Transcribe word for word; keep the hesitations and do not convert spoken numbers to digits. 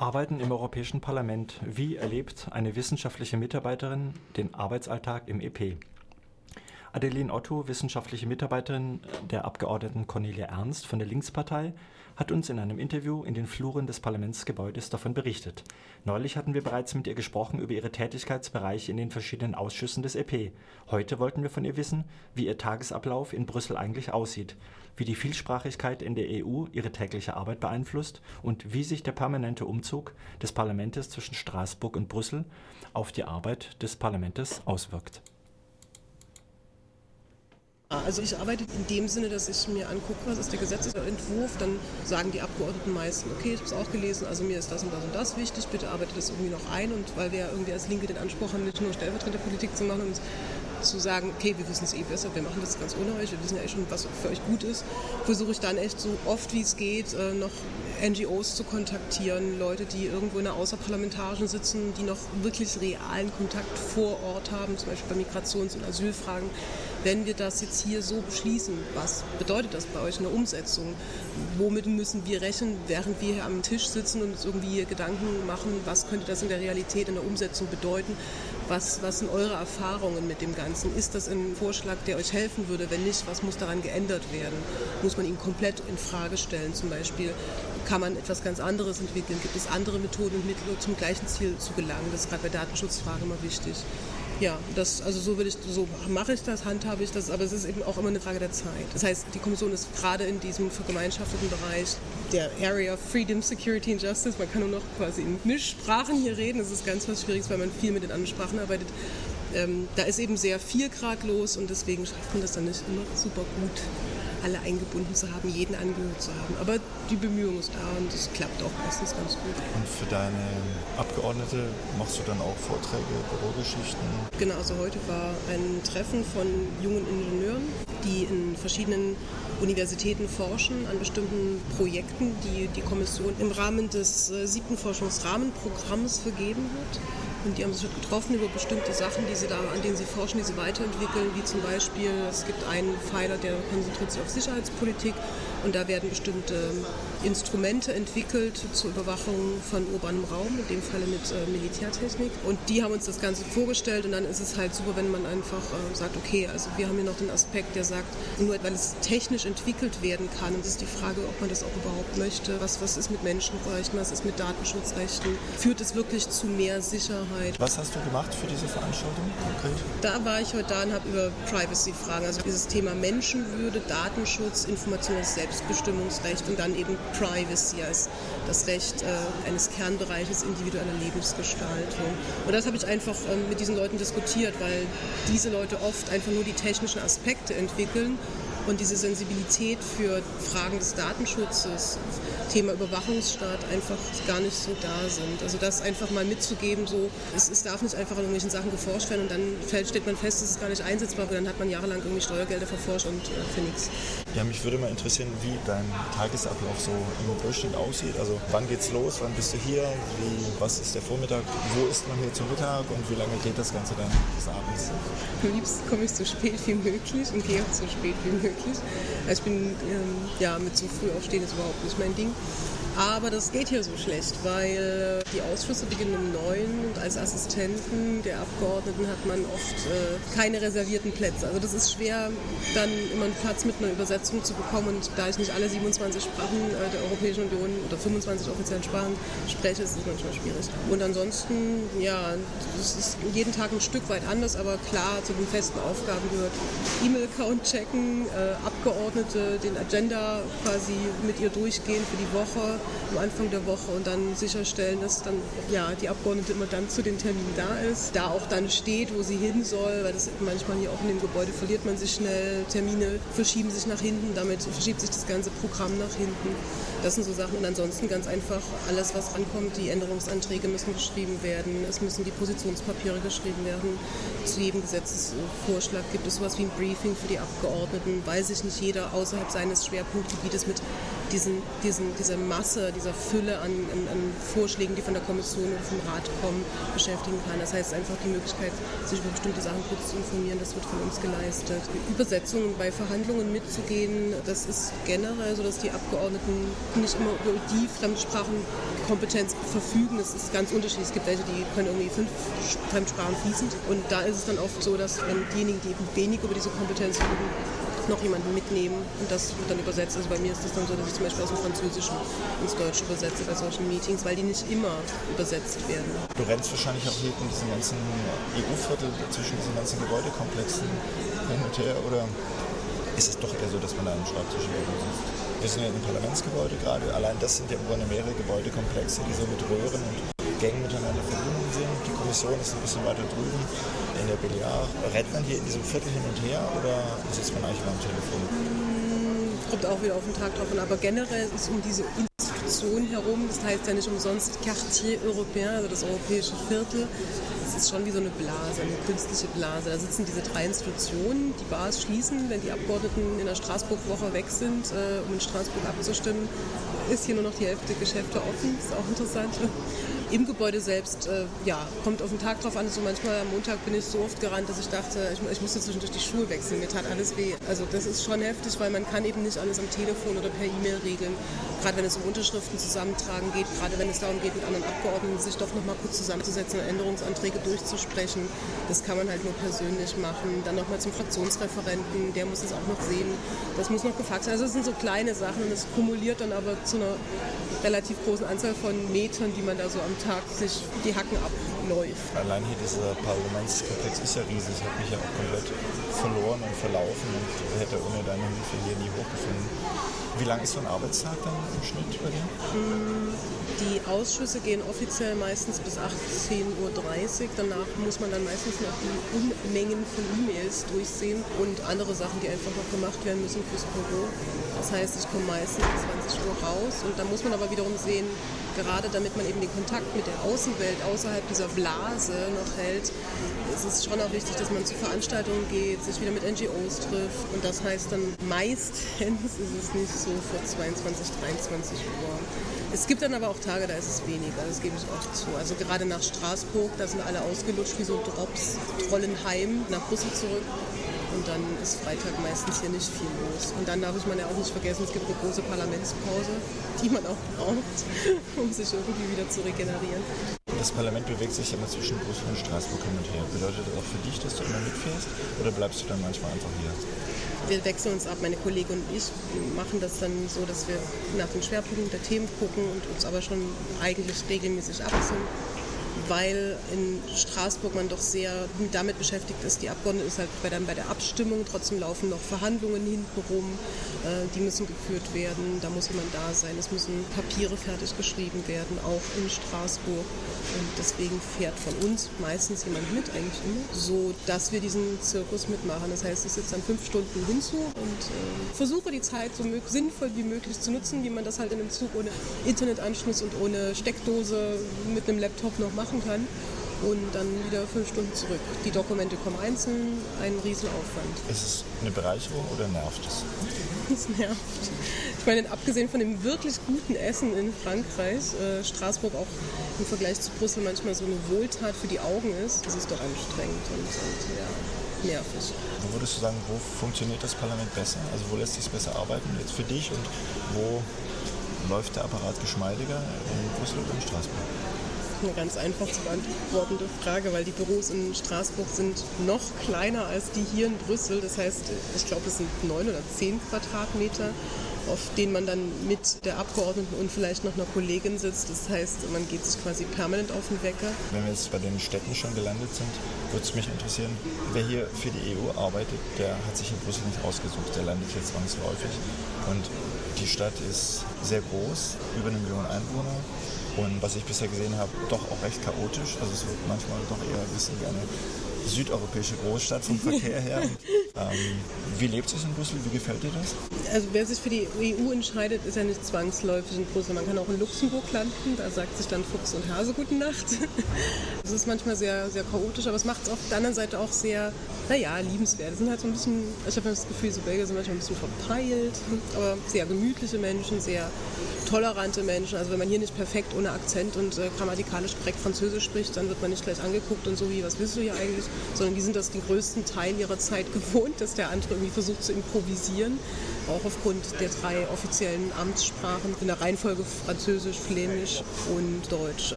Arbeiten im Europäischen Parlament. Wie erlebt eine wissenschaftliche Mitarbeiterin den Arbeitsalltag im E P? Adeline Otto, wissenschaftliche Mitarbeiterin der Abgeordneten Cornelia Ernst von der Linkspartei, hat uns in einem Interview in den Fluren des Parlamentsgebäudes davon berichtet. Neulich hatten wir bereits mit ihr gesprochen über ihre Tätigkeitsbereiche in den verschiedenen Ausschüssen des E P. Heute wollten wir von ihr wissen, wie ihr Tagesablauf in Brüssel eigentlich aussieht, wie die Vielsprachigkeit in der E U ihre tägliche Arbeit beeinflusst und wie sich der permanente Umzug des Parlaments zwischen Straßburg und Brüssel auf die Arbeit des Parlaments auswirkt. Also ich arbeite in dem Sinne, dass ich mir angucke, was ist der Gesetzesentwurf, dann sagen die Abgeordneten meistens, okay, ich habe es auch gelesen, also mir ist das und das und das wichtig, bitte arbeitet das irgendwie noch ein, und weil wir ja irgendwie als Linke den Anspruch haben, nicht nur Stellvertreterpolitik zu machen und zu sagen, okay, wir wissen es eh besser, wir machen das ganz ohne euch, wir wissen ja eh schon, was für euch gut ist, versuche ich dann echt so oft wie es geht, noch N G Os zu kontaktieren, Leute, die irgendwo in der Außerparlamentarischen sitzen, die noch wirklich realen Kontakt vor Ort haben, zum Beispiel bei Migrations- und Asylfragen. Wenn wir das jetzt hier so beschließen, was bedeutet das bei euch in der Umsetzung? Womit müssen wir rechnen, während wir hier am Tisch sitzen und uns irgendwie Gedanken machen, was könnte das in der Realität, in der Umsetzung bedeuten? Was, was sind eure Erfahrungen mit dem Ganzen? Ist das ein Vorschlag, der euch helfen würde? Wenn nicht, was muss daran geändert werden? Muss man ihn komplett in Frage stellen? Zum Beispiel, kann man etwas ganz anderes entwickeln? Gibt es andere Methoden und Mittel, zum gleichen Ziel zu gelangen? Das ist gerade bei Datenschutzfragen immer wichtig. Ja, das, also so, will ich, so mache ich das, handhabe ich das, aber es ist eben auch immer eine Frage der Zeit. Das heißt, die Kommission ist gerade in diesem vergemeinschafteten Bereich der Area of Freedom, Security and Justice, man kann nur noch quasi in Mischsprachen hier reden, das ist ganz was Schwieriges, weil man viel mit den anderen Sprachen arbeitet. Ähm, da ist eben sehr viel gerade los und deswegen schafft man das dann nicht immer super gut, alle eingebunden zu haben, jeden angehört zu haben. Aber die Bemühung ist da und es klappt auch meistens ganz gut. Und für deine Abgeordnete machst du dann auch Vorträge, Bürogeschichten? Genau, also heute war ein Treffen von jungen Ingenieuren, die in verschiedenen Universitäten forschen an bestimmten Projekten, die die Kommission im Rahmen des äh, siebten Forschungsrahmenprogramms vergeben hat. Und die haben sich getroffen über bestimmte Sachen, die sie da, an denen sie forschen, die sie weiterentwickeln, wie zum Beispiel, es gibt einen Pfeiler, der konzentriert sich auf Sicherheitspolitik und da werden bestimmte Instrumente entwickelt zur Überwachung von urbanem Raum, in dem Falle mit äh, Militärtechnik. Und die haben uns das Ganze vorgestellt und dann ist es halt super, wenn man einfach äh, sagt, okay, also wir haben hier noch den Aspekt, der sagt, nur weil es technisch entwickelt werden kann, und es ist die Frage, ob man das auch überhaupt möchte, was, was ist mit Menschenrechten, was ist mit Datenschutzrechten, führt es wirklich zu mehr Sicherheit? Was hast du gemacht für diese Veranstaltung konkret? Da war ich heute da und habe über Privacy-Fragen, also dieses Thema Menschenwürde, Datenschutz, informationelles Selbstbestimmungsrecht und dann eben Privacy als das Recht äh, eines Kernbereiches individueller Lebensgestaltung. Und das habe ich einfach ähm, mit diesen Leuten diskutiert, weil diese Leute oft einfach nur die technischen Aspekte entwickeln und diese Sensibilität für Fragen des Datenschutzes, Thema Überwachungsstaat einfach gar nicht so da sind. Also das einfach mal mitzugeben, so es, es darf nicht einfach an irgendwelchen Sachen geforscht werden und dann fällt, stellt man fest, es ist gar nicht einsetzbar, weil dann hat man jahrelang irgendwie Steuergelder verforscht und äh, für nichts. Ja, mich würde mal interessieren, wie dein Tagesablauf so im Durchschnitt aussieht. Also wann geht's los, wann bist du hier, wie, was ist der Vormittag, wo isst man hier zum Mittag und wie lange geht das Ganze dann bis abends? Am liebsten komme ich so spät wie möglich und gehe auch so spät wie möglich. Also ich bin ähm, ja mit so früh aufstehen ist überhaupt nicht mein Ding. Aber das geht hier so schlecht, weil die Ausschüsse beginnen um neun und als Assistenten der Abgeordneten hat man oft äh, keine reservierten Plätze. Also das ist schwer, dann immer einen Platz mit einer Übersetzung zu bekommen, und da ich nicht alle siebenundzwanzig Sprachen äh, der Europäischen Union oder fünfundzwanzig offiziellen Sprachen spreche, ist es manchmal schwierig. Und ansonsten, ja, es ist jeden Tag ein Stück weit anders, aber klar, zu den festen Aufgaben gehört E-Mail-Account checken, äh, Abgeordnete den Agenda quasi mit ihr durchgehen für die Woche, am Anfang der Woche, und dann sicherstellen, dass dann ja die Abgeordnete immer dann zu den Terminen da ist, da auch dann steht, wo sie hin soll, weil das manchmal hier auch in dem Gebäude verliert man sich schnell, Termine verschieben sich nach hinten, damit verschiebt sich das ganze Programm nach hinten. Das sind so Sachen, und ansonsten ganz einfach alles, was ankommt, die Änderungsanträge müssen geschrieben werden, es müssen die Positionspapiere geschrieben werden. Zu jedem Gesetzesvorschlag gibt es sowas wie ein Briefing für die Abgeordneten, weil sich nicht jeder außerhalb seines Schwerpunktgebietes mit diesen, diesen, dieser Masse, dieser Fülle an, an, an Vorschlägen, die von der Kommission oder vom Rat kommen, beschäftigen kann. Das heißt einfach die Möglichkeit, sich über bestimmte Sachen kurz zu informieren, das wird von uns geleistet. Übersetzungen bei Verhandlungen mitzugehen, das ist generell so, dass die Abgeordneten nicht immer über die Fremdsprachenkompetenz verfügen. Das ist ganz unterschiedlich. Es gibt welche, die können irgendwie fünf Fremdsprachen fließend. Und da ist es dann oft so, dass wenn diejenigen, die eben wenig über diese Kompetenz verfügen, noch jemanden mitnehmen und das wird dann übersetzt. Also bei mir ist es dann so, dass ich zum Beispiel aus dem Französischen ins Deutsche übersetze bei solchen Meetings, weil die nicht immer übersetzt werden. Du rennst wahrscheinlich auch hier in diesen ganzen E U-Viertel zwischen diesen ganzen Gebäudekomplexen hin und her, oder ist es doch eher so, dass man da am Schreibtisch sitzt? Wir sind ja im Parlamentsgebäude gerade, allein das sind ja im Grunde mehrere Gebäudekomplexe, die so mit Röhren und Gängen miteinander verbunden sind. Die Kommission ist ein bisschen weiter drüben in der Billiard. Rennt man hier in diesem Viertel hin und her oder sitzt man eigentlich mal am Telefon? Kommt auch wieder auf den Tag drauf an, aber generell ist es um diese Institution herum, das heißt ja nicht umsonst Quartier Européen, also das europäische Viertel. Das ist schon wie so eine Blase, eine künstliche Blase. Da sitzen diese drei Institutionen, die Bars schließen, wenn die Abgeordneten in der Straßburg-Woche weg sind, äh, um in Straßburg abzustimmen, ist hier nur noch die Hälfte der Geschäfte offen, ist auch interessant. Im Gebäude selbst, äh, ja, kommt auf den Tag drauf an. So manchmal am Montag bin ich so oft gerannt, dass ich dachte, ich, ich musste zwischendurch die Schuhe wechseln. Mir tat alles weh. Also das ist schon heftig, weil man kann eben nicht alles am Telefon oder per E-Mail regeln. Gerade wenn es um Unterschriften zusammentragen geht, gerade wenn es darum geht, mit anderen Abgeordneten sich doch noch mal kurz zusammenzusetzen und Änderungsanträge durchzusprechen. Das kann man halt nur persönlich machen. Dann nochmal zum Fraktionsreferenten, der muss es auch noch sehen. Das muss noch gefragt sein. Also es sind so kleine Sachen und es kumuliert dann aber zu einer relativ großen Anzahl von Metern, die man da so am Tag sich die Hacken abläuft. Allein hier dieser Parlamentskomplex ist ja riesig. Ich habe mich ja auch komplett verloren und verlaufen und hätte ohne deine Hilfe hier nie hochgefunden. Wie lang ist so ein Arbeitstag dann im Schnitt bei dir? Die Ausschüsse gehen offiziell meistens bis achtzehn Uhr dreißig. Danach muss man dann meistens noch die Unmengen von E-Mails durchsehen und andere Sachen, die einfach noch gemacht werden müssen fürs Büro. Das heißt, ich komme meistens um zwanzig Uhr raus und da muss man aber wiederum sehen, gerade damit man eben den Kontakt mit der Außenwelt außerhalb dieser Blase noch hält, ist es schon auch wichtig, dass man zu Veranstaltungen geht, sich wieder mit N G Os trifft und das heißt dann meistens ist es nicht so vor zweiundzwanzig, dreiundzwanzig Uhr. Es gibt dann aber auch Tage, da ist es weniger, das gebe ich oft zu. Also gerade nach Straßburg, da sind alle ausgelutscht wie so Drops, trollen heim, nach Brüssel zurück. Und dann ist Freitag meistens hier nicht viel los. Und dann darf ich man ja auch nicht vergessen, es gibt eine große Parlamentspause, die man auch braucht, um sich irgendwie wieder zu regenerieren. Das Parlament bewegt sich immer zwischen Brüssel und Straßburg hin und her. Bedeutet das auch für dich, dass du immer mitfährst oder bleibst du dann manchmal einfach hier? Wir wechseln uns ab, meine Kollegin und ich machen das dann so, dass wir nach den Schwerpunkten der Themen gucken und uns aber schon eigentlich regelmäßig abwechseln, weil in Straßburg man doch sehr damit beschäftigt ist. Die Abgeordneten ist halt bei, dann bei der Abstimmung, trotzdem laufen noch Verhandlungen hintenrum, äh, die müssen geführt werden, da muss jemand da sein, es müssen Papiere fertig geschrieben werden, auch in Straßburg. Und deswegen fährt von uns meistens jemand mit, eigentlich immer, so dass wir diesen Zirkus mitmachen. Das heißt, ich sitze dann fünf Stunden hinzu und äh, versuche die Zeit so mö- sinnvoll wie möglich zu nutzen, wie man das halt in einem Zug ohne Internetanschluss und ohne Steckdose mit einem Laptop noch machen kann. Und dann wieder fünf Stunden zurück. Die Dokumente kommen einzeln, ein Riesenaufwand. Ist es eine Bereicherung oder nervt es? Es nervt. Ich meine, abgesehen von dem wirklich guten Essen in Frankreich, äh, Straßburg auch im Vergleich zu Brüssel manchmal so eine Wohltat für die Augen ist, ist es doch anstrengend und, und ja, nervig. Wo würdest du sagen, wo funktioniert das Parlament besser? Also wo lässt sich es besser arbeiten jetzt für dich und wo läuft der Apparat geschmeidiger in Brüssel oder in Straßburg? Eine ganz einfach zu beantwortende Frage, weil die Büros in Straßburg sind noch kleiner als die hier in Brüssel. Das heißt, ich glaube, es sind neun oder zehn Quadratmeter, auf denen man dann mit der Abgeordneten und vielleicht noch einer Kollegin sitzt. Das heißt, man geht sich quasi permanent auf den Wecker. Wenn wir jetzt bei den Städten schon gelandet sind, würde es mich interessieren, wer hier für die E U arbeitet, der hat sich in Brüssel nicht ausgesucht, der landet hier zwangsläufig. Und die Stadt ist sehr groß, über eine Million Einwohner. Und was ich bisher gesehen habe, doch auch recht chaotisch. Also es wird manchmal doch eher ein bisschen gerne südeuropäische Großstadt vom Verkehr her. ähm, wie lebt sich in Brüssel? Wie gefällt dir das? Also wer sich für die E U entscheidet, ist ja nicht zwangsläufig in Brüssel. Man kann auch in Luxemburg landen, da sagt sich dann Fuchs und Hase gute Nacht. Es ist manchmal sehr, sehr chaotisch, aber es macht es auf der anderen Seite auch sehr, naja, liebenswert. Es sind halt so ein bisschen, ich habe das Gefühl, so Belgier sind manchmal ein bisschen verpeilt, aber sehr gemütliche Menschen, sehr tolerante Menschen. Also wenn man hier nicht perfekt ohne Akzent und äh, grammatikalisch korrekt Französisch spricht, dann wird man nicht gleich angeguckt und so wie, was willst du hier eigentlich? Sondern die sind das den größten Teil ihrer Zeit gewohnt, dass der andere irgendwie versucht zu improvisieren. Auch aufgrund der drei offiziellen Amtssprachen in der Reihenfolge Französisch, Flämisch und Deutsch.